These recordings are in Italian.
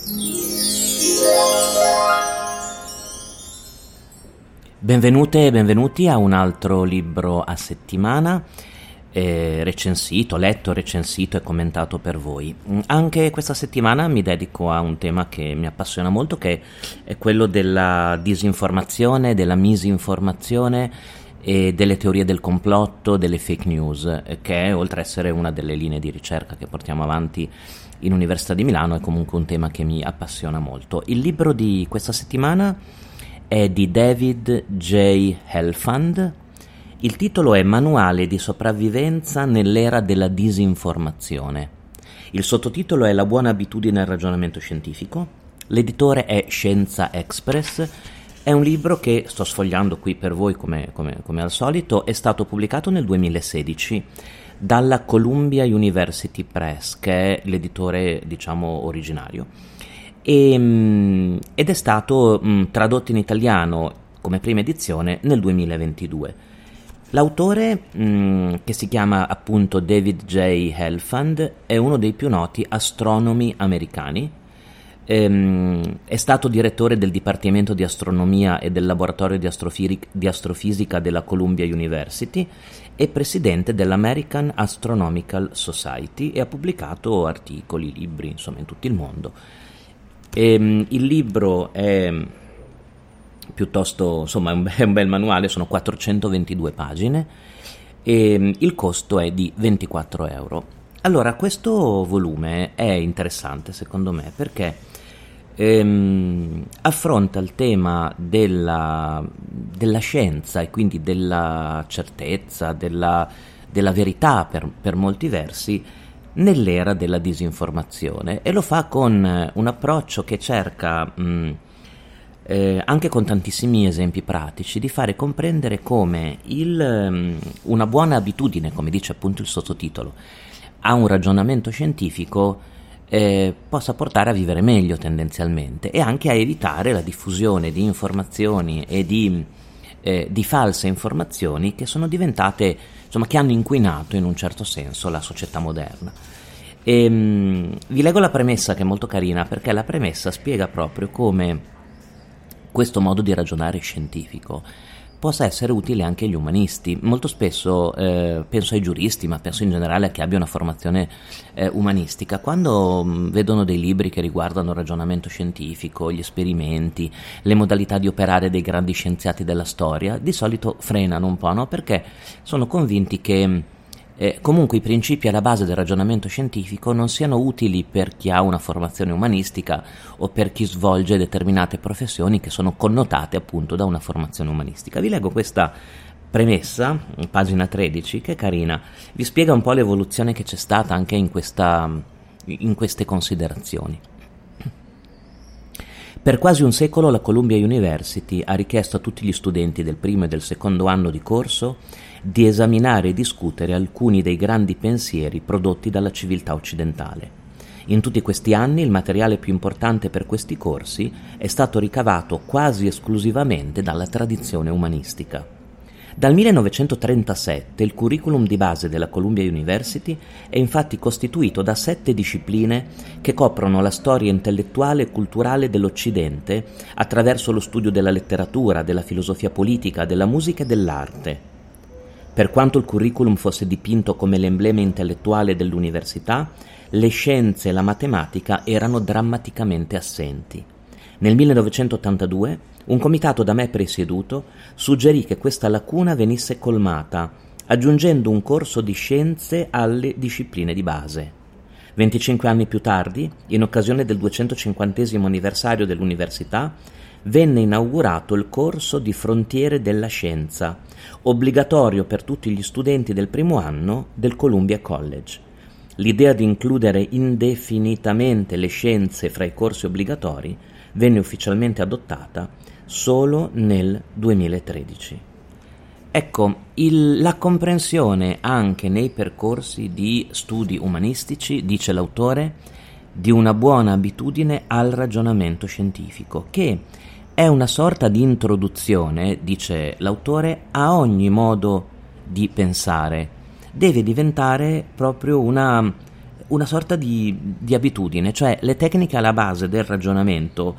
Benvenute e benvenuti a un altro libro a settimana, recensito, letto, recensito e commentato per voi. Anche questa settimana mi dedico a un tema che mi appassiona molto, che è quello della disinformazione, della misinformazione e delle teorie del complotto, delle fake news, che oltre ad essere una delle linee di ricerca che portiamo avanti in Università di Milano, è comunque un tema che mi appassiona molto. Il libro di questa settimana è di David J. Helfand. Il titolo è Manuale di sopravvivenza nell'era della disinformazione. Il sottotitolo è La buona abitudine al ragionamento scientifico. L'editore è Scienza Express. È un libro che sto sfogliando qui per voi come al solito. È stato pubblicato nel 2016 dalla Columbia University Press, che è l'editore, diciamo, originario. Ed è stato tradotto in italiano come prima edizione nel 2022. L'autore, che si chiama appunto David J. Helfand, è uno dei più noti astronomi americani. È stato direttore del Dipartimento di Astronomia e del Laboratorio di Astrofisica della Columbia University e presidente dell'American Astronomical Society, e ha pubblicato articoli, libri, insomma, in tutto il mondo. Il libro è piuttosto, insomma, è un bel manuale, sono 422 pagine e il costo è di 24 euro. Allora, questo volume è interessante secondo me perché affronta il tema della scienza e quindi della certezza, della verità per molti versi, nell'era della disinformazione, e lo fa con un approccio che cerca, anche con tantissimi esempi pratici, di fare comprendere come una buona abitudine, come dice appunto il sottotitolo, a un ragionamento scientifico possa portare a vivere meglio tendenzialmente, e anche a evitare la diffusione di informazioni e di false informazioni che sono diventate, insomma, che hanno inquinato in un certo senso la società moderna. Vi leggo la premessa, che è molto carina, perché la premessa spiega proprio come questo modo di ragionare scientifico possa essere utile anche agli umanisti. Molto spesso penso ai giuristi, ma penso in generale a chi abbia una formazione umanistica, quando vedono dei libri che riguardano il ragionamento scientifico, gli esperimenti, le modalità di operare dei grandi scienziati della storia, di solito frenano un po', no? Perché sono convinti che comunque i principi alla base del ragionamento scientifico non siano utili per chi ha una formazione umanistica o per chi svolge determinate professioni che sono connotate appunto da una formazione umanistica. Vi leggo questa premessa, pagina 13, che è carina, vi spiega un po' l'evoluzione che c'è stata anche in queste considerazioni. Per quasi un secolo la Columbia University ha richiesto a tutti gli studenti del primo e del secondo anno di corso di esaminare e discutere alcuni dei grandi pensieri prodotti dalla civiltà occidentale. In tutti questi anni il materiale più importante per questi corsi è stato ricavato quasi esclusivamente dalla tradizione umanistica. Dal 1937 il curriculum di base della Columbia University è infatti costituito da 7 discipline che coprono la storia intellettuale e culturale dell'Occidente attraverso lo studio della letteratura, della filosofia politica, della musica e dell'arte. Per quanto il curriculum fosse dipinto come l'emblema intellettuale dell'università, le scienze e la matematica erano drammaticamente assenti. Nel 1982 un comitato da me presieduto suggerì che questa lacuna venisse colmata, aggiungendo un corso di scienze alle discipline di base. 25 anni più tardi, in occasione del 250° anniversario dell'università, venne inaugurato il corso di Frontiere della Scienza, obbligatorio per tutti gli studenti del primo anno del Columbia College. L'idea di includere indefinitamente le scienze fra i corsi obbligatori venne ufficialmente adottata solo nel 2013. Ecco, la comprensione anche nei percorsi di studi umanistici, dice l'autore, di una buona abitudine al ragionamento scientifico, che è una sorta di introduzione, dice l'autore, a ogni modo di pensare. Deve diventare proprio una una sorta di abitudine, cioè le tecniche alla base del ragionamento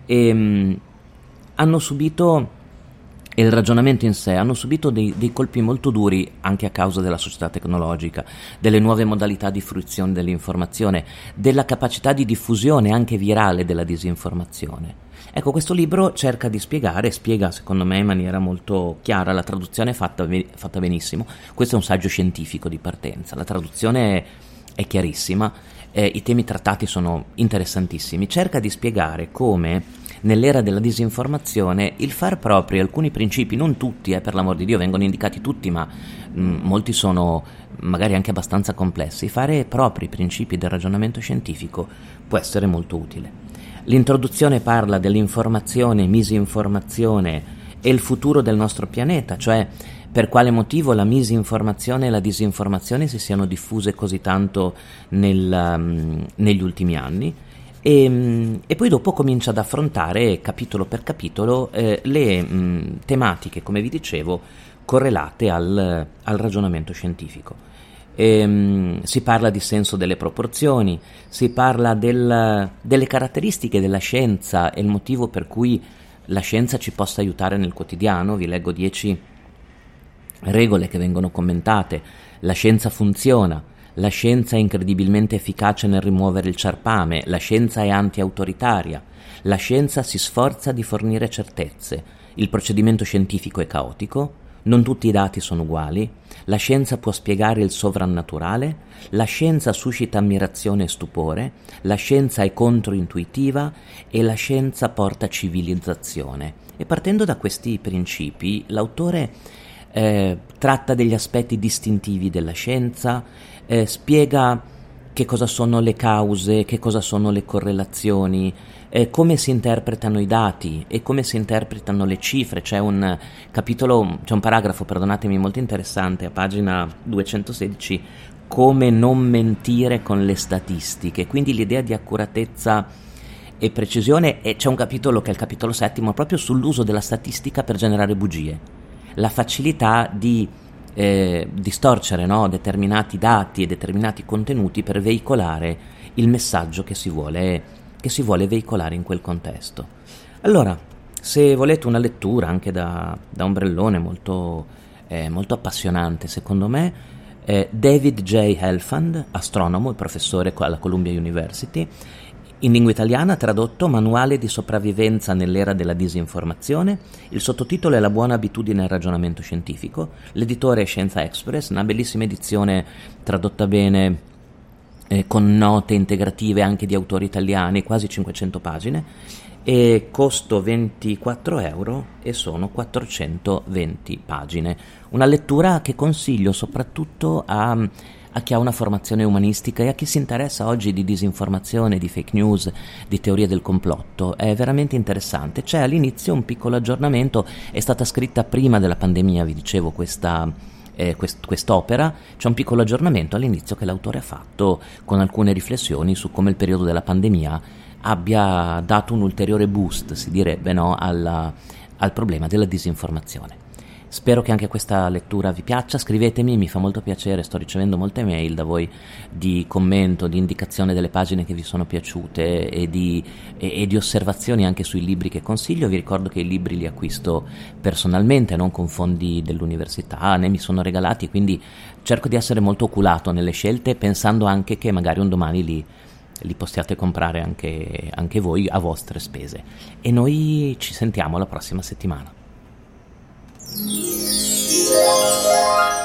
hanno subito, e il ragionamento in sé, hanno subito dei colpi molto duri anche a causa della società tecnologica, delle nuove modalità di fruizione dell'informazione, della capacità di diffusione anche virale della disinformazione. Ecco, questo libro cerca di spiega secondo me in maniera molto chiara, la traduzione è fatta benissimo. Questo è un saggio scientifico di partenza, la traduzione è chiarissima, i temi trattati sono interessantissimi, cerca di spiegare come nell'era della disinformazione il far propri alcuni principi, non tutti, per l'amor di Dio, vengono indicati tutti, ma molti sono magari anche abbastanza complessi, fare propri i principi del ragionamento scientifico può essere molto utile. L'introduzione parla dell'informazione, misinformazione e il futuro del nostro pianeta, cioè per quale motivo la misinformazione e la disinformazione si siano diffuse così tanto negli ultimi anni. E poi dopo comincia ad affrontare capitolo per capitolo le tematiche, come vi dicevo, correlate al ragionamento scientifico. Si parla di senso delle proporzioni, si parla delle caratteristiche della scienza e il motivo per cui la scienza ci possa aiutare nel quotidiano. Vi leggo 10 regole che vengono commentate. La scienza funziona. La scienza è incredibilmente efficace nel rimuovere il ciarpame, la scienza è anti-autoritaria, la scienza si sforza di fornire certezze, il procedimento scientifico è caotico, non tutti i dati sono uguali, la scienza può spiegare il sovrannaturale, la scienza suscita ammirazione e stupore, la scienza è controintuitiva e la scienza porta civilizzazione. E partendo da questi principi, l'autore tratta degli aspetti distintivi della scienza, spiega che cosa sono le cause, che cosa sono le correlazioni, come si interpretano i dati e come si interpretano le cifre. C'è un paragrafo, perdonatemi, molto interessante a pagina 216, come non mentire con le statistiche, quindi l'idea di accuratezza e precisione, e c'è un capitolo che è il capitolo 7 proprio sull'uso della statistica per generare bugie, la facilità di distorcere, no, determinati dati e determinati contenuti per veicolare il messaggio che si vuole veicolare in quel contesto. Allora, se volete una lettura anche da ombrellone molto appassionante, secondo me, David J. Helfand, astronomo e professore alla Columbia University, in lingua italiana tradotto Manuale di sopravvivenza nell'era della disinformazione. Il sottotitolo è La buona abitudine al ragionamento scientifico. L'editore è Scienza Express, una bellissima edizione tradotta bene, con note integrative anche di autori italiani, quasi 500 pagine, e costo 24 euro e sono 420 pagine. Una lettura che consiglio soprattutto a chi ha una formazione umanistica e a chi si interessa oggi di disinformazione, di fake news, di teorie del complotto. È veramente interessante. C'è all'inizio un piccolo aggiornamento, è stata scritta prima della pandemia, vi dicevo, quest'opera. C'è un piccolo aggiornamento all'inizio che l'autore ha fatto con alcune riflessioni su come il periodo della pandemia abbia dato un ulteriore boost, si direbbe, no, al problema della disinformazione. Spero che anche questa lettura vi piaccia, scrivetemi, mi fa molto piacere, sto ricevendo molte mail da voi di commento, di indicazione delle pagine che vi sono piaciute e di osservazioni anche sui libri che consiglio. Vi ricordo che i libri li acquisto personalmente, non con fondi dell'università, né mi sono regalati, quindi cerco di essere molto oculato nelle scelte, pensando anche che magari un domani li possiate comprare anche voi a vostre spese. E noi ci sentiamo la prossima settimana.